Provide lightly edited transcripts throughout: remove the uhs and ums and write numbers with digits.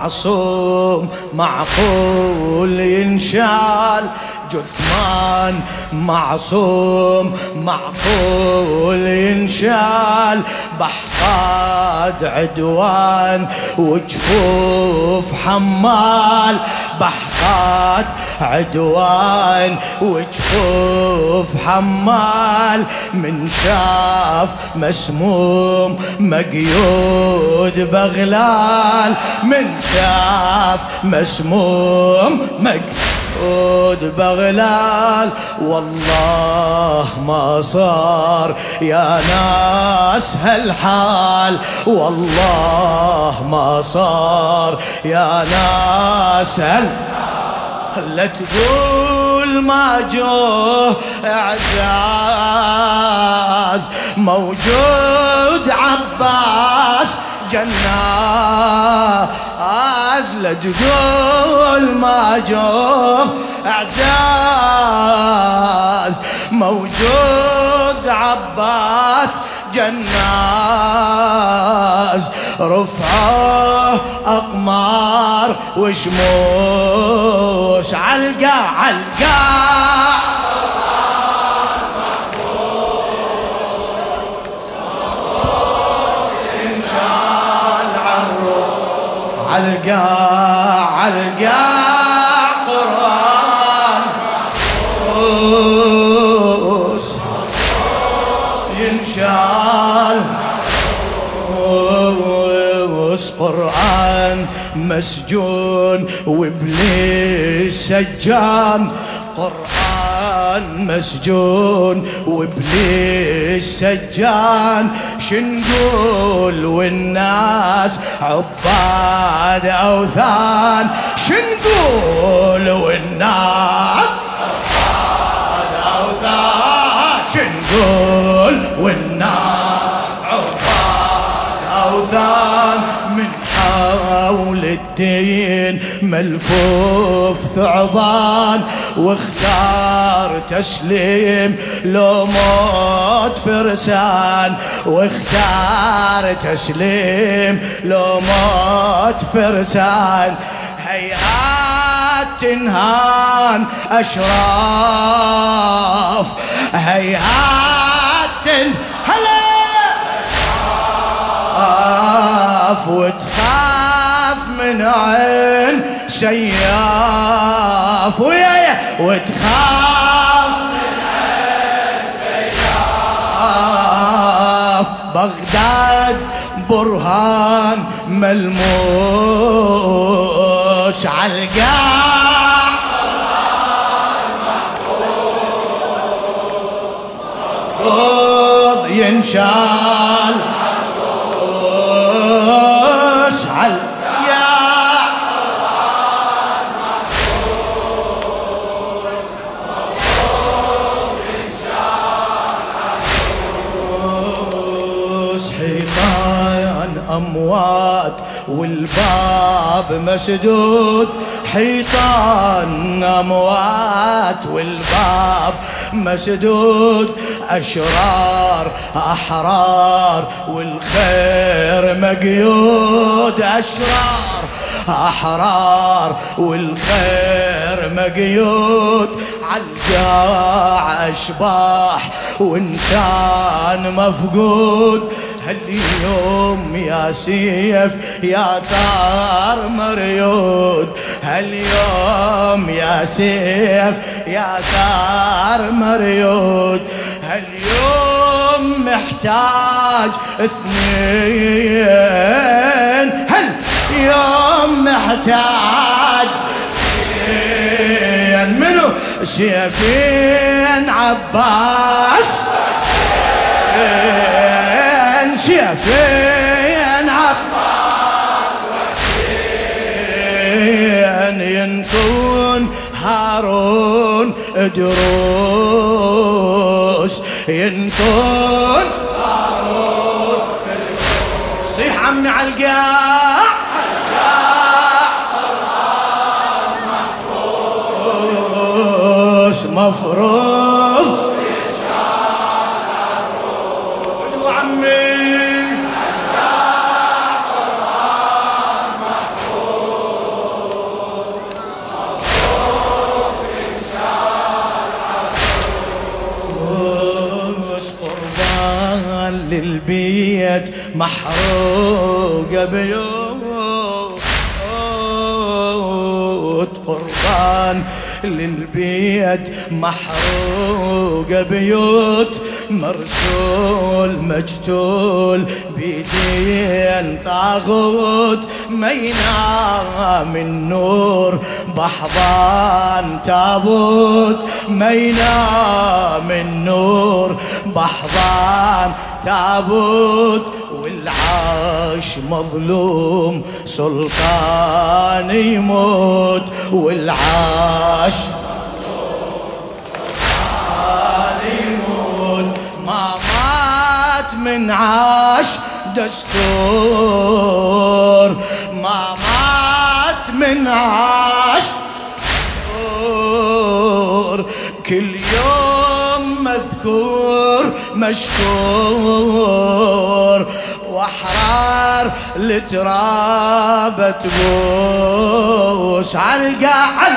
معصوم معقول ينشال، جثمان معصوم معقول ينشال، بحقاد عدوان وجفوف حمال، بحقاد عدوان وجفوف حمال، من شاف مسموم مقيود بغلال، من شاف مسموم مقيود بغلال، والله ما صار يا ناس هالحال، والله ما صار يا ناس لا تقول ما جوه اعزاز، موجود عباس جناز، لا تقول ما جوه اعزاز، موجود عباس جناز، رفعه أقمار وشموش علقا علقا قرآن ينشال، قرآن مسجون وابليس سجان، قرآن مسجون وابليس سجان، شنقول والناس عباد أوثان، شنقول والناس عباد أوثان، شنقول والناس عباد أوثان، من حول الدين ملفوف ثعبان، واختار تسليم لو موت فرسان، واختار تسليم لو موت فرسان، هيهات تنهان أشراف، هيهات هلا وتخاف من عين سياف، وتخاف من عين سياف، بغداد برهان ملموس عالقاع، محفوظ ينشال على يا حيطان أموات والباب مسدود، حيطان أموات والباب مسدود، أشرار أحرار والخير مقيود، أشرار أحرار والخير مقيود، عالقاع أشباح وإنسان مفقود، هاليوم يا سيف يا ثار مريود، هاليوم يا سيف يا ثار مريود، هاليوم محتاج اثنين، هاليوم محتاج اثنين، منو سيفين عباس، سيفين عباس وحسين، ينطون هارون دروس، ينطون هارون دروس، صيح عمي عالقاع، محفوظ مفروض للبيت محروقة بيوت، قربان للبيت محروقة بيوت، مرسول مجتول بيدين طاغوت، ما ينام النور بحضان تابوت، ما ينام النور بحضان تابوت، والعاش مظلوم سلطان يموت، والعاش سلطان يموت، ما مات من عاش دستور، ما مات من عاش دستور، كل يوم مذكور مشكور، واحرار لتراب تبوس عالقاع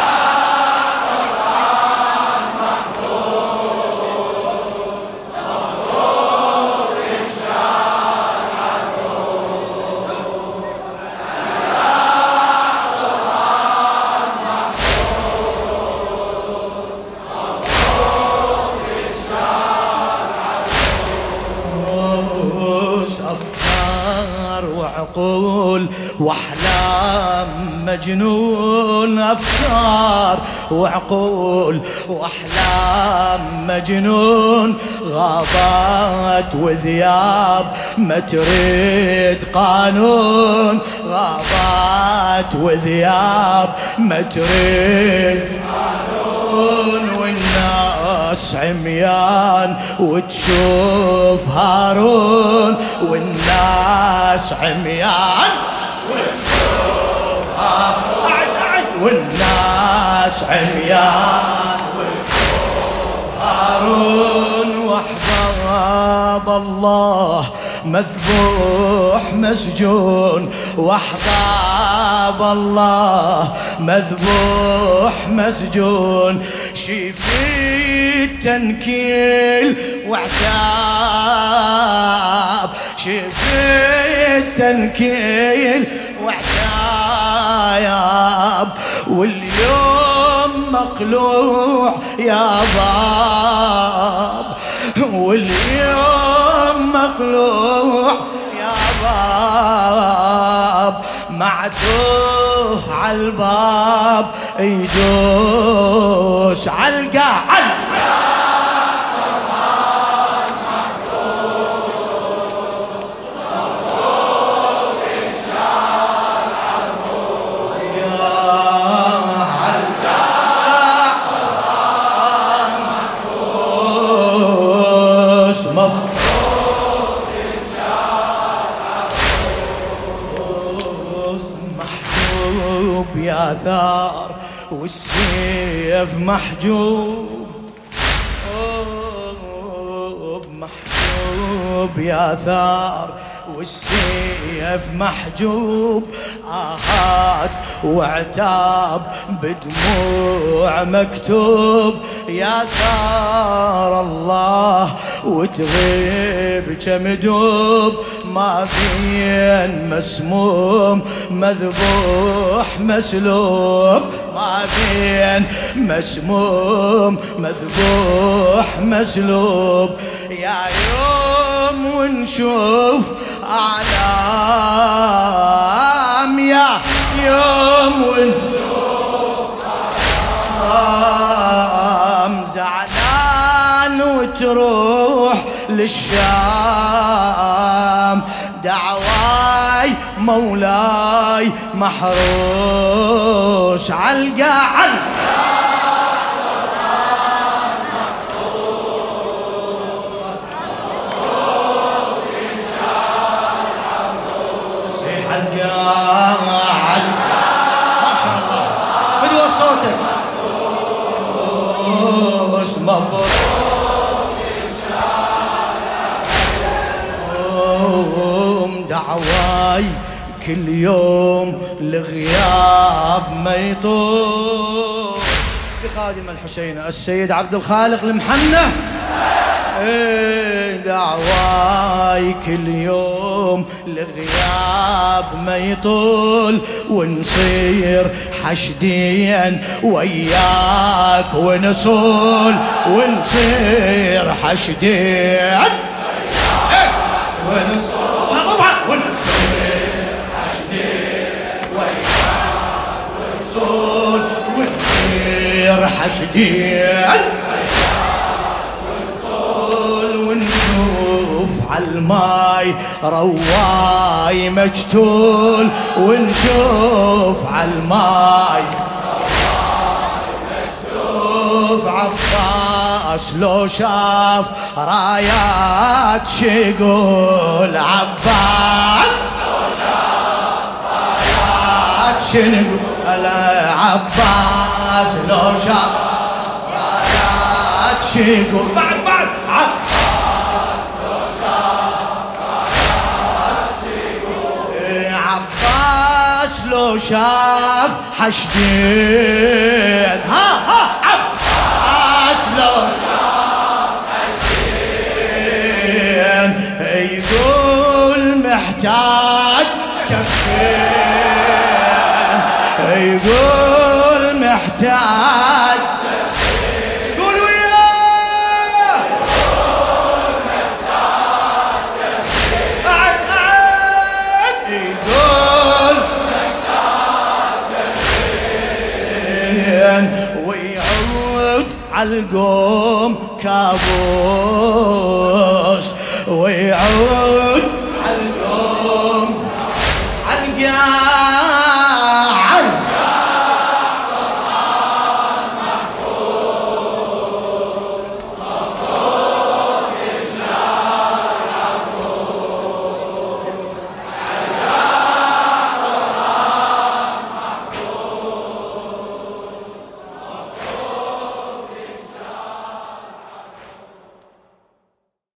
وعقول واحلام مجنون، افكار وعقول واحلام مجنون، غابات وذياب ما تريد قانون، غابات وذياب ما تريد قانون، والناس عميان وتشوف هارون، والناس عميان وتشوف هارون، والناس عميان وتشوف هارون، واحباب الله مذبوح مسجون، واحباب الله مذبوح مسجون، شفي التنكيل وعتاب، شفي التنكيل وعتاب، واليوم مقلوع يا باب، واليوم مقلوع يا باب، معتوه عالباب يدوس عالقاع يا ثار والسيف محجوب، محجوب يا ثار والسيف محجوب، آهات وعتاب بدموع مكتوب، يا ثار الله وتغيب كمدوب، ما بين مسموم مذبوح مسلوب، ما بين مسموم مذبوح مسلوب، يا يوم ونشوف أعلام، يا يوم ونشوف أعلام، زعلان وتروح للشام، دعواي مولاي محروس عالقاع ما شاء الله فدوى صوتك مفروض دعواي كل يوم لغياب ما يطول، بخادم الحسين السيد عبد الخالق المحنة. دعواي كل يوم الغياب ما يطول، ونصير حشدين وياك ونصول، ونصير حشدين ونصول، ونصير حشدين وياك ونصول، ونصير حشدين عالماي رواي مجتول، ونشوف عالماي رواي مجتول. عباس لو شاف رايات شيقول، عباس لو شاف رايات شنقول، عباس لو شاف رايات شيقول. بعد لو شاف حشدين، عباس لو شاف حشدين، يقول محتاج جفين، يقول محتاج جفين. قول وياه يقول محتاج جفين. قعد يقول ويعود عالقوم كابوس، ويعود